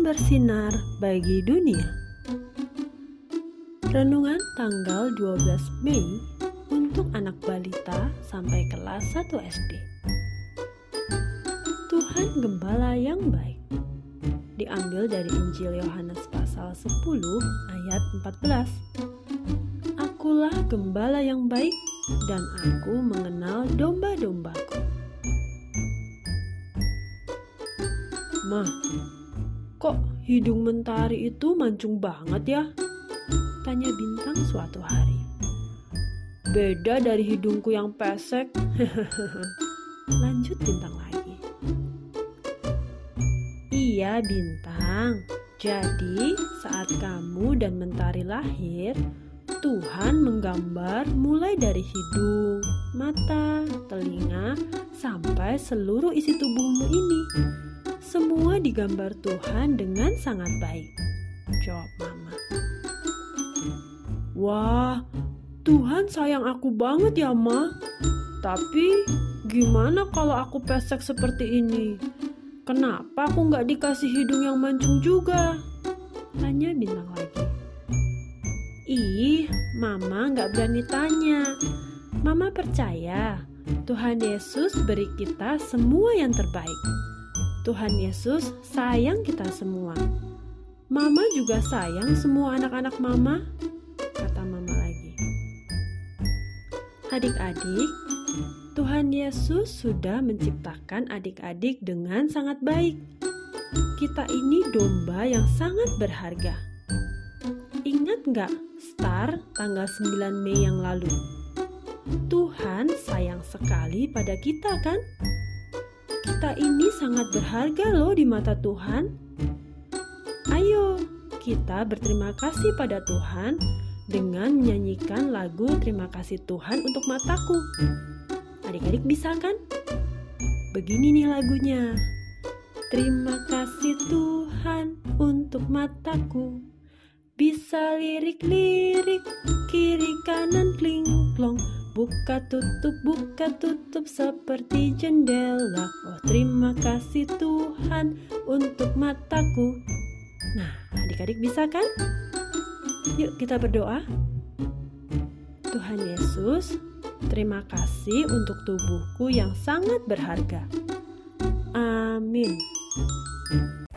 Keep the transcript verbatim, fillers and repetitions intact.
bersinar bagi dunia. Renungan tanggal dua belas Mei untuk anak balita sampai kelas satu S D. Tuhan Gembala yang baik. Diambil dari Injil Yohanes pasal sepuluh ayat empat belas. Akulah gembala yang baik dan aku mengenal domba-dombaku. Mah, kok hidung Mentari itu mancung banget ya? Tanya Bintang suatu hari. Beda dari hidungku yang pesek. Lanjut Bintang lagi. Iya Bintang, jadi saat kamu dan Mentari lahir, Tuhan menggambar mulai dari hidung, mata, telinga, sampai seluruh isi tubuhmu ini. Semua digambar Tuhan dengan sangat baik. Jawab Mama. Wah, Tuhan sayang aku banget ya, Ma. Tapi gimana kalau aku pesek seperti ini? Kenapa aku nggak dikasih hidung yang mancung juga? Tanya Bintang lagi. Ih, Mama nggak berani tanya. Mama percaya Tuhan Yesus beri kita semua yang terbaik. Tuhan Yesus sayang kita semua. Mama juga sayang semua anak-anak Mama, kata Mama lagi. Adik-adik, Tuhan Yesus sudah menciptakan adik-adik dengan sangat baik. Kita ini domba yang sangat berharga. Ingat nggak Star tanggal sembilan Mei yang lalu? Tuhan sayang sekali pada kita kan? Kita ini sangat berharga loh di mata Tuhan. Ayo, kita berterima kasih pada Tuhan dengan menyanyikan lagu Terima Kasih Tuhan untuk Mataku. Adik-adik bisa kan? Begini nih lagunya. Terima kasih Tuhan untuk mataku. Bisa lirik-lirik, kiri kanan kling-klong. Buka tutup, buka tutup seperti jendela. Oh terima kasih Tuhan untuk mataku. Nah adik-adik bisa kan? Yuk kita berdoa. Tuhan Yesus, terima kasih untuk tubuhku yang sangat berharga. Amin.